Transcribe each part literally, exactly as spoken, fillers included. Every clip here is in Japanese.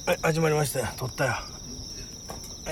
はい、始まりましたよ。撮ったよ。はい。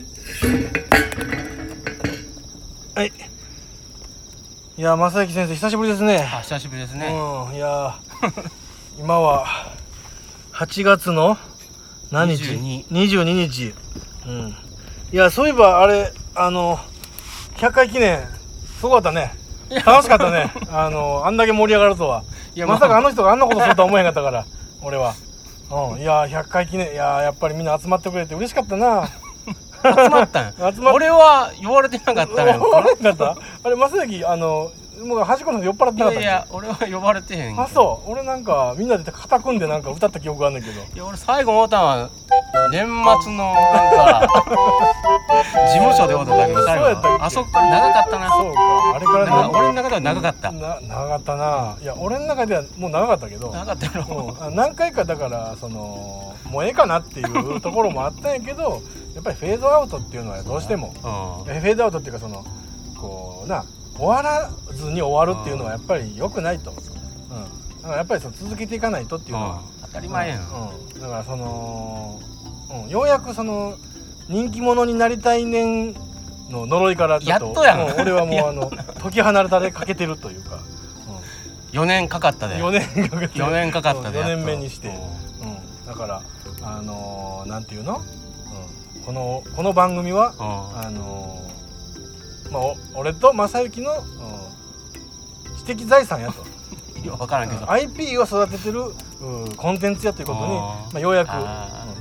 はい。いや、正行先生、久しぶりですね。 あ、久しぶりですね。 うん、いや、今ははちがつの何日？にじゅうににち。うん。いや、そういえばあれ、あのひゃっかい記念すごかったね。楽しかったね。あのあんだけ盛り上がるとは。いや、まさかあの人があんなことするとは思えへんかったから、俺は。うん、いやひゃっかい記念、いややっぱりみんな集まってくれて嬉しかったな。 集まったん集まっ俺は呼ばれてなかったのよ。 呼ばれなかった。あれ、正行、あのもう端っこの人酔っ払ってなかったっけ？ いやいや、俺は呼ばれてへん。 あ、そう。俺なんかみんなで肩組んでなんか歌った記憶があんねんけど。 いや、俺最後思ったのは年末のなんか事務所で踊っただけど、最後そうやったっけ？ あそこから長かったな。 そうか、あれからな俺の中では長かった。 な長かったな。いや、俺の中ではもう長かったけど、 長かったやろ。 うん、何回かだからそのもうええかなっていうところもあったんやけど、やっぱりフェードアウトっていうのはどうしても、うん、フェードアウトっていうか、そのこうな終わらずに終わるっていうのはやっぱり良くないと、うん、だからやっぱりその続けていかないとっていうのは当たり前やん、 うん、だからその、うん、ようやくその人気者になりたい年の呪いからちょっとやっとやん、 もう俺はもうあの解き放たれかけてるというか、 うん、よねんかかったで。 よねんかかってよねんかかったで、 よねんめにして、うん、だからあのー、なんていうの、うん、このこの番組は、あのー、まあ俺と正行の、うん、知的財産やと。 いや、分からんけど、 アイピー を育ててるコンテンツやということに、まあ、ようやく、うん、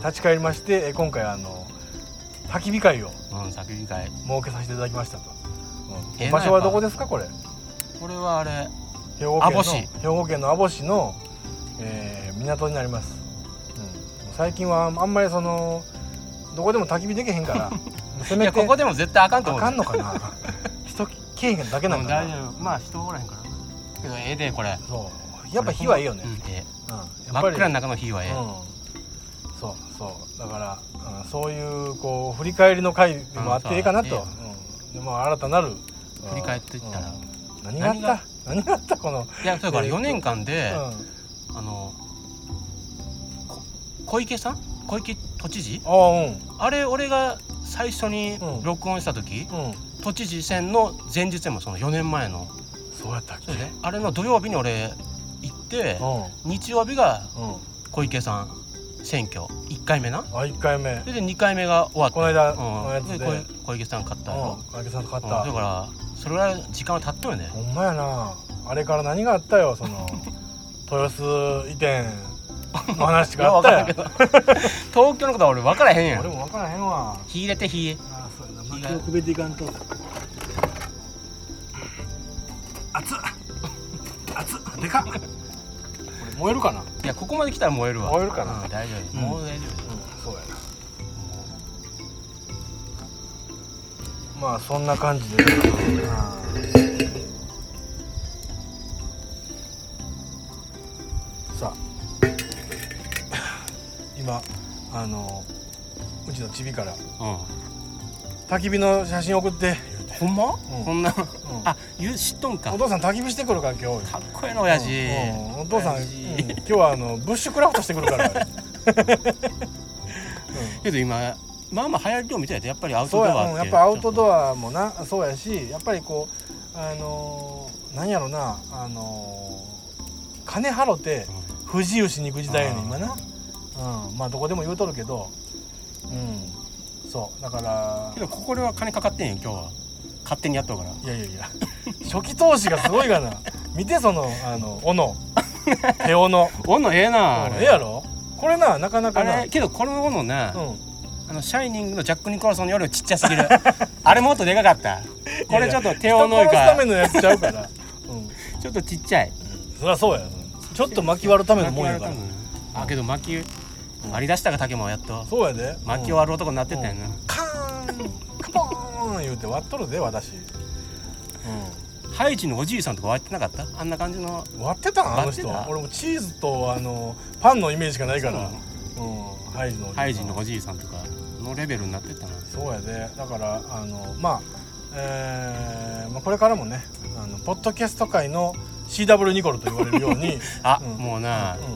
立ち返りまして、今回あの焚き火会を設けさせていただきましたと、うん、場所はどこですか？これこれはあれ兵庫県の兵庫県の網干の、えー、港になります、うん、最近はあんまりそのどこでも焚き火できへんからせめて。 いや、ここでも絶対あかんと思う。 あかんのかな。人来へんだけなんかな。 大丈夫、まあ人おらへんからな。けどええで、これ。 そうやっぱ火はいいよね、うん、ええ、うん、 真っ暗の中の火はええ、うん、 そうそうだから、うん、そういうこう振り返りの回でもあっていいかなと、うん、でも新たなる振り返っていったら、 うん、何があった何があったこの。 いや、だからよねんかんで、うん、あの小池さん小池都知事 あ,、うん、あれ俺が最初に録音した時、うんうん、都知事選の前日でもそのよねんまえの。 そうやったっけ？ あれの土曜日に俺行って、うん、日曜日が小池さん選挙いっかいめな。 あ、いっかいめ。 それでにかいめが終わって、 この間のやつで、 うん、小池さん勝ったよ、 うん、小池さん勝った、 うん、だからそれぐらい時間は経っとるね。 ほんまやな。あれから何があったよ、その豊洲移転の話があったやん。 東京のことは俺分からへんやん。 俺も分からへんわ。 火入れて火。 ああ、そうやな。薪をくべていかんと。熱っ熱っ、でかっ。これ燃えるかな。 いや、ここまで来たら燃えるわ。 燃えるかな、 うん、大丈夫、うん、もう大丈夫、うん、 そうやな。まあそんな感じで、さあ今あのうちのチビから、うん、焚き火の写真送って。 ほんま、うん、こんな、うん、あ、知っとんか。 お父さん焚き火してくるから今日。 かっこいいの親父、 うんうん、お父さん、うん、今日はあのブッシュクラフトしてくるから、うん、 けど今まあまあ流行り量みたいで、やっぱりアウトドアって、 そうや、うん、やっぱアウトドアもな、そうやし、やっぱりこうあのー、なんやろな、あのー、金払って不自由しに行く時代やねん今な、うん、まあどこでも言うとるけど、うん、そうだから。 けどここでは金かかってんやん今日は。勝手にやっとるから。 いやいやいや、初期投資がすごいがな。見てそのあの斧手斧斧ええな、 うん、ええやろこれな。なかなかな。 あれけどこの斧な、うん、あのシャイニングのジャック・ニコルソンよりちっちゃすぎる。あれもっとでかかった。これちょっと手斧のいか人殺すためのやつちゃうから、 うん、ちょっとちっちゃい、 うん、そりゃそうや。ちょっと巻き割るためのもんやから。 あ、けど巻き割り出したが竹もやっと。 そうやで。 巻き割る男になってたよな、うん、 カーンカポーン言うて割っとるで私。 うん、ハイジのおじいさんとか割ってなかった？あんな感じの割ってたんあの人。俺もチーズとあのパンのイメージしかないから、うん、ハイジのおじいさん、 ハイジのおじいさんとかのレベルになってたな。 そうやで。だからあのまあ、えーまあ、これからもね、あのポッドキャスト界の シーダブリュー ニコルと言われるようにあ、うん、もうな、うん、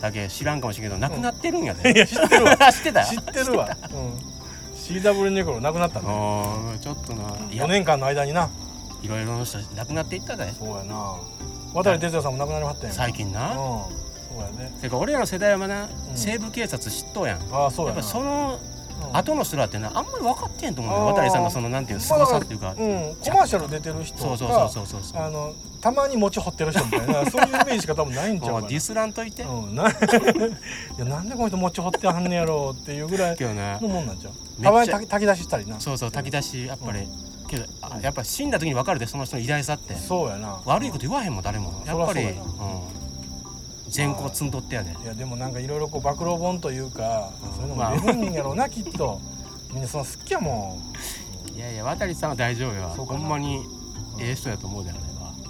だけ知らんかもしれんけど亡くなってるんやで、 うん、いや知ってるわ知ってた知ってるわ、うん、シーダブリュー ネクロ亡くなったね。 あちょっとなよねんかんの間にないろいろの人亡くなっていったで。 そうやな。渡哲也さんも亡くなりはったんや最近な、うん、 そうやね。 てか俺らの世代はまだ、うん、西部警察知っとうやん。 ああそうやな。 やっぱその後の人らってなあんまり分かってんと思うよ、渡さんのそのなんていうすごさっていうか、 うん、コマーシャル出てる人そうそうそうそうそう、 あのたまに餅掘ってる人みたいなそういうイメージしか多分ないんちゃうかな。 ディスらんといて、 うん、ないやなんでこの人餅掘ってはんねやろうっていうぐらいのもんなんちゃう。たまに炊き出ししたりな。そうそう炊き出しやっぱり、うん、けどやっぱ死んだ時に分かるでその人の偉大さって。そうやな。悪いこと言わへんもん誰もやっぱり。善行積んどってやね。いやでもなんかいろいろこう暴露本というか、うん、そういうのも出るんやろうな、まあ、きっとみんなその好きやもん。いやいや渡さんは大丈夫よ。ほんまにええ人やと思うであれ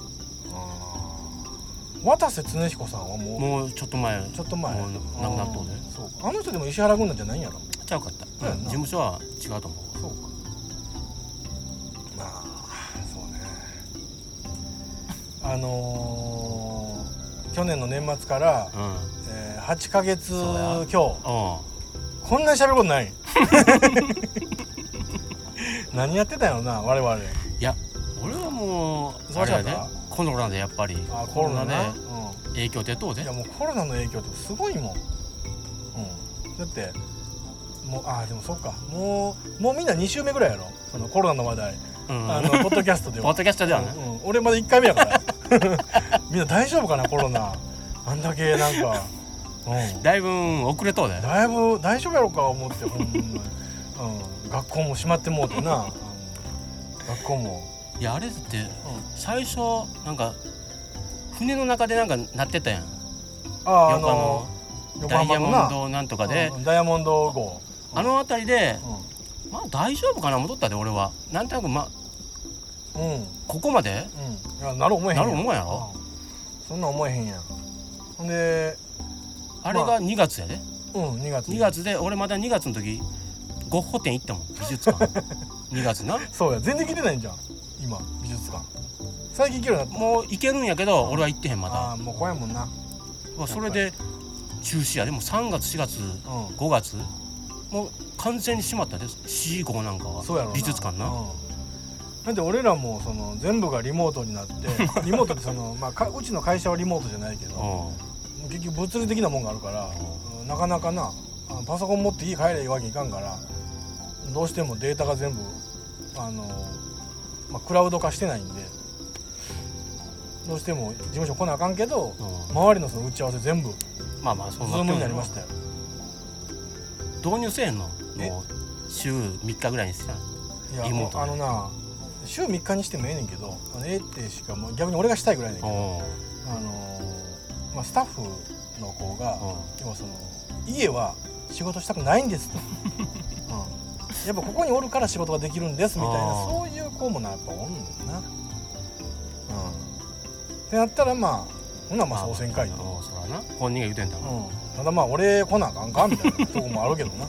ば。渡瀬恒彦さんはもうもうちょっと前ちょっと前もう亡くなっとうで。そうか。あの人でも石原軍団じゃないんやろ。ちゃうかった、うん、事務所は違うと思う。そうか。まあそうねあのー去年の年末から、うんえー、はちかげつ今日こんなに喋ることない何やってたんやろな我々。いや俺はもうあれやでコロナでやっぱりあコロナで影響出とうで。いやもうコロナの影響ってすごいもん、うん、だってもうあでもそっかもうもうみんなに週目ぐらいやろそのコロナの話題、うん、あのポッドキャストではポッドキャストではね、うんうん、俺まだいっかいめやからみんな大丈夫かなコロナあんだけなんか、うん、だいぶ遅れとうでだいぶ大丈夫やろか思ってほんまに、うん、学校も閉まってもうてな、うん、学校もいやあれって、うん、最初なんか船の中でなんかなってたやん。ああのダイヤモンドなんとかで、うん、ダイヤモンド号、うん、あの辺りで、うん、まあ大丈夫かな思っとったで俺はなんとなくまあ、うん、ここまで、うん、いやなる思えへんやんなる思えんやろ、うん、そんな思えへんやん。ほんであれがにがつやで、まあ、うんにがつにがつで俺まだにがつの時ゴッホ展行ったもん美術館にがつなそうや全然来てないんじゃん今美術館最近行けるようになった。もう行けるんやけど、うん、俺は行ってへんまだ。ああもう怖いもんな。それで中止やでもさんがつしがつ、うん、ごがつもう完全に閉まったで シーご なんかは美術館な、うん、なんで俺らもその全部がリモートになってリモートってその、まあ、かうちの会社はリモートじゃないけど、うん、結局物理的なもんがあるから、うん、なかなかなあのパソコン持って家帰れいうわけいかんからどうしてもデータが全部あの、まあ、クラウド化してないんでどうしても事務所来なあかんけど、うん、周りのその打ち合わせ全部まあまあそんなズームになりましたよ。導入せえんのもう週みっかぐらいにしたらいやもうあのな週みっかにしてもええねんけどあのええってしかも逆に俺がしたいぐらいねんけどあのーまあ、スタッフの子が要はその家は仕事したくないんですと、うん、やっぱここにおるから仕事ができるんですみたいなそういう子もなやっぱおんねんな、うん、ってなったらまあほんならまあ総選会と、まあ、そらな本人が言うてんだもん、うん、ただまあ俺来なあかんかみたいなとこもあるけどな、うん、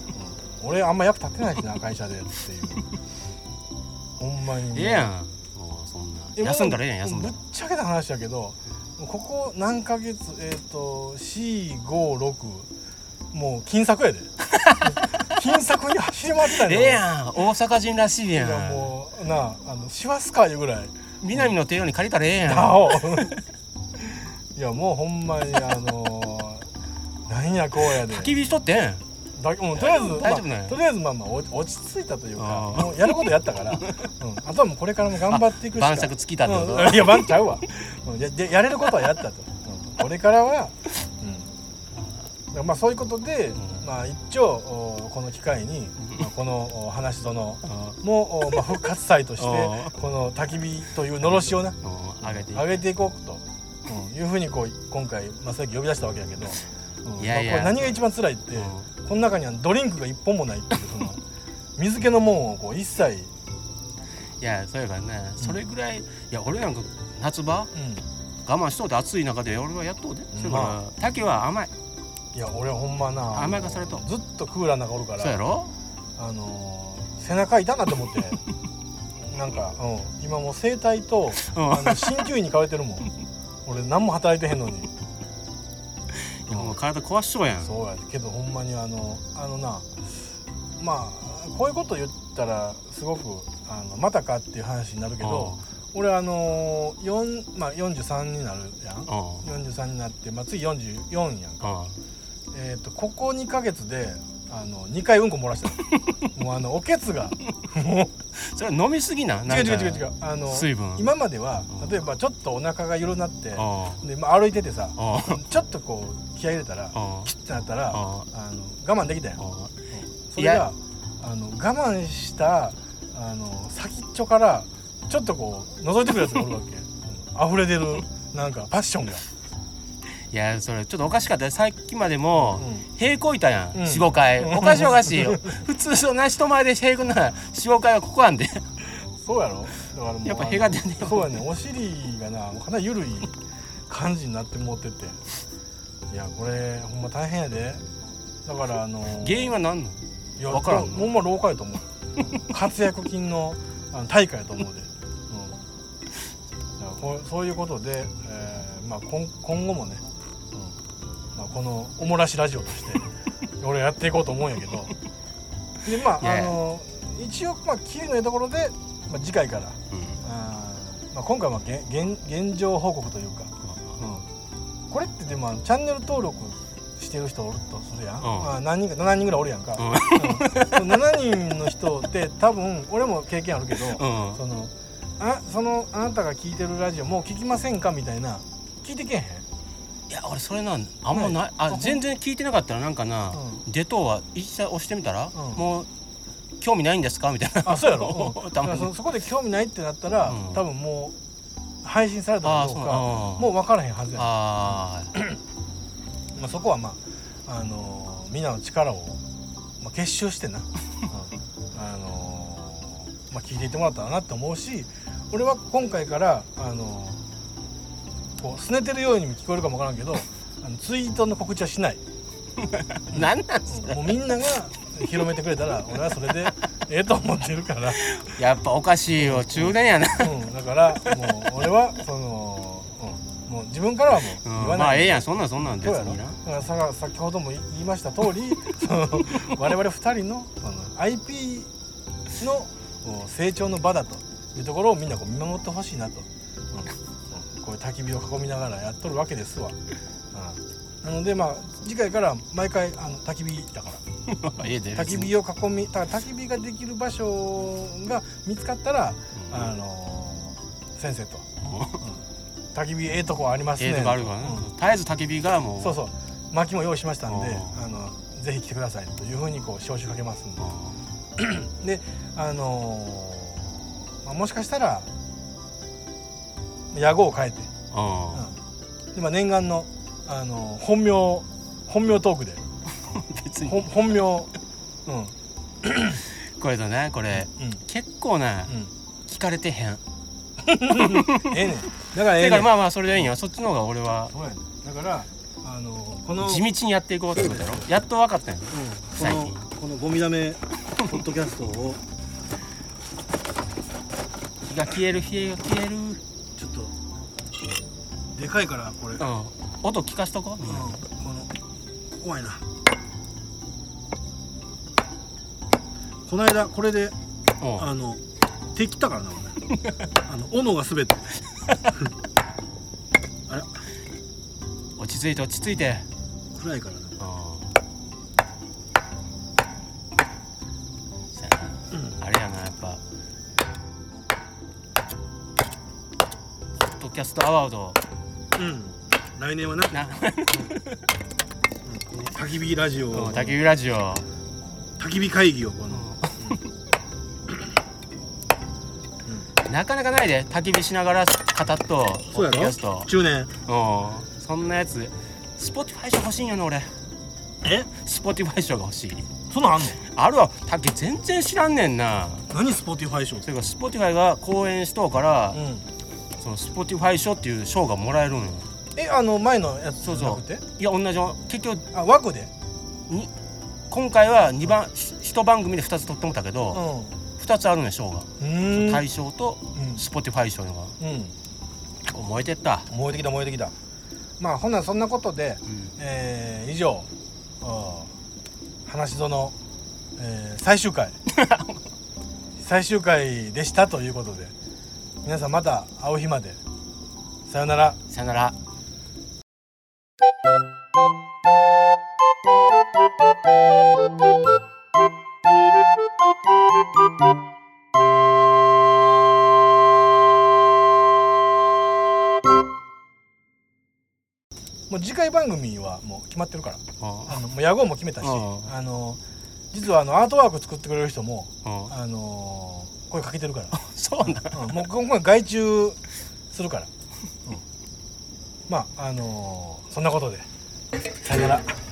俺あんま役立ってないしな会社でっていうほんまにええやんもうそんな休んだらええやん休んだらぶっちゃけた話やけどここ何ヶ月えっ、ー、とよん、ご、ろくもう金策やで金策に走り回ってたんやええやん大阪人らしいやん。いやもうなあのしわすかいうぐらい南の帝王に借りたらええやんいやもうほんまにあのー、なんやこうやで焚き火しとってんだもうとりあえず、まあ、とりあえずまあまあ落ち着いたというかもうやることやったから、うん、あとはもうこれからも頑張っていくしか晩酌尽きたってこと、うん、いや晩ちゃうわや, や, やれることはやったと、うん、これからは、うん、まあそういうことで、うん、まあ一応この機会に、まあ、この話そのも、まあ、復活祭としてこの焚き火というのろしをな上げて上げていこうと、うん、いうふうにこう今回まあさっき呼び出したわけやけど、うん、いやいや、まあ、これ何が一番辛いって、うん、この中にはドリンクが一本もないっていうその水気のもんをこう一切いやそういえばね、うん、それぐらいいや俺なんか夏場、うん、我慢しとうて暑い中で俺はやっとうで、うん、それから竹は甘いいや俺はほんまな甘いかそれとずっとクーラーの中おるからそうやろあのー、背中痛なと思ってなんか、うん、今もう整体と、うん、あの鍼灸院に通えてるもん俺何も働いてへんのにいでも体壊しそうやん。 そうやけどほんまにあのあのなまあこういうこと言ったらすごくあのまたかっていう話になるけど、俺あのよん、まあ、よんじゅうさんになるやん。よんじゅうさんになって、まあ、次よんじゅうよんやんか。えー、とここにかげつであのにかいうんこ漏らしたもうあのおけつがもうそれは飲みすぎな。 違う違う違う違うあの水分今までは例えばちょっとお腹が緩なってで、まあ、歩いててさちょっとこう気合い入れたらキュッてなったらあの我慢できたやん。それがあの我慢したあの先っちょからちょっとこう覗いてくるやつがおるわけ溢れ出るなんかパッションが。 いやそれちょっとおかしかった。さっきまでも平行いたやん、 うん、 よんごかいおかしいおかしいよ普通そんな人前で平行ならよんごかいはここあんでそうやろ。だからもうやっぱへが出んねそうやねお尻がなかなり緩い感じになって持ってていやこれほんま大変やで。だからあのー、 原因は何のいや分からんの。 ほんま老化やと思う活躍筋のあの対価やと思うで、うん、だからこうそういうことで、えーまあ、今, 今後もね、うんまあ、このおもらしラジオとして俺やっていこうと思うんやけどでまああのー、一応まあキリのいいところで、まあ、次回から、うんあまあ、今回は現, 現状報告というか、うん、これってでもチャンネル登録してる人おるとするやん、うんまあ、何人かななにんぐらいおるやんか、うんうん、ななにんの人って多分俺も経験あるけど、うん、そのあそのあなたが聞いてるラジオもう聞きませんかみたいな聞いてけへん。 いや俺それなんあんまない、あ全然聞いてなかったらなんかな、うん、デトーは一切押してみたら、うん、もう興味ないんですかみたいな。あそうやろ、うん、だからそ, そこで興味ないってなったら、うん、多分もう配信されたかどうかもう分からへんはずやん。あまあそこはまああのー、みんなの力を、まあ、結集してな、うんあのーまあ、聞いていってもらったらなって思うし、俺は今回から、あのー、こうすねてるようにも聞こえるかもわからんけどあのツイートの告知はしない何なんすか、 もうみんなが広めてくれたら俺はそれでええと思ってるからやっぱおかしいよ中年やな、 うん、だからもう俺はそのもう自分からはもう言わない、うん、 まあええやんそんなんそんなん別にな。 だからさ先ほども言いました通りその我々ふたり の, その アイピー の成長の場だというところをみんなこう見守ってほしいなと、うん、こういう焚き火を囲みながらやっとるわけですわ、うん、なのでまあ次回から毎回あの焚き火だから焚き火を囲みた焚き火ができる場所が見つかったら、うん、あのー、先生と、うん焚き火ええとこありますね。ええとこあるからね、うん、 絶えず焚き火がもうそうそう薪も用意しましたんであのぜひ来てくださいというふうにこう招集かけますんでであのーまあ、もしかしたら屋号を変えて、うん、で、まあ、念願の、あのー、本名本名トークで別に本名、うん、 これだねこれ、うん、結構な、うん、聞かれてへんええねんだからええねんだからまあまあそれでいいんよ、そっちの方が俺はそうやねんだからあのこの地道にやっていこうってことだろやっと分かったんよ、うん、最近このゴミだめポッドキャストを火が消える火が消えるちょっとでかいからこれ、うん、 音聞かしとこう、うん、この怖いなこの間これであの手切ったからな俺あの斧がすべてあれ落ち着いて落ち着いて暗いからなあ、うん、あれやなやっぱポッドキャストアワードうん来年はなな、うん、この焚き火ラジオ焚き火ラジオ焚き火会議をこのなかなかないで焚き火しながら語っとポッドキャスト中年うんそんなやつスポティファイ賞欲しいんやの俺えスポティファイ賞が欲しいそんなんあんのあるわ焚き全然知らんねんな何スポティファイ賞それからスポティファイが講演しとうから、うん、そのスポティファイ賞っていう賞がもらえるんよえあの前のやつじゃなくてそうそういや同じ結局あ枠でに今回はにばん一番組でふたつ取ってもたけど、うんふたつあるね賞が大賞とスポティファイ賞が、うん、燃えてった燃えてきた燃えてきたまあほなそんなことで、 うん、 えー、以上話し園、えー、最終回最終回でしたということで、皆さんまた会う日までさよなら。 さよなら。 もう次回番組はもう決まってるから、あのもう野号も決めたし、あの実はあのアートワーク作ってくれる人もあの声かけてるから。 そうなん、 うん、もう今回外注するから、うん、まああのー、そんなことでさよなら。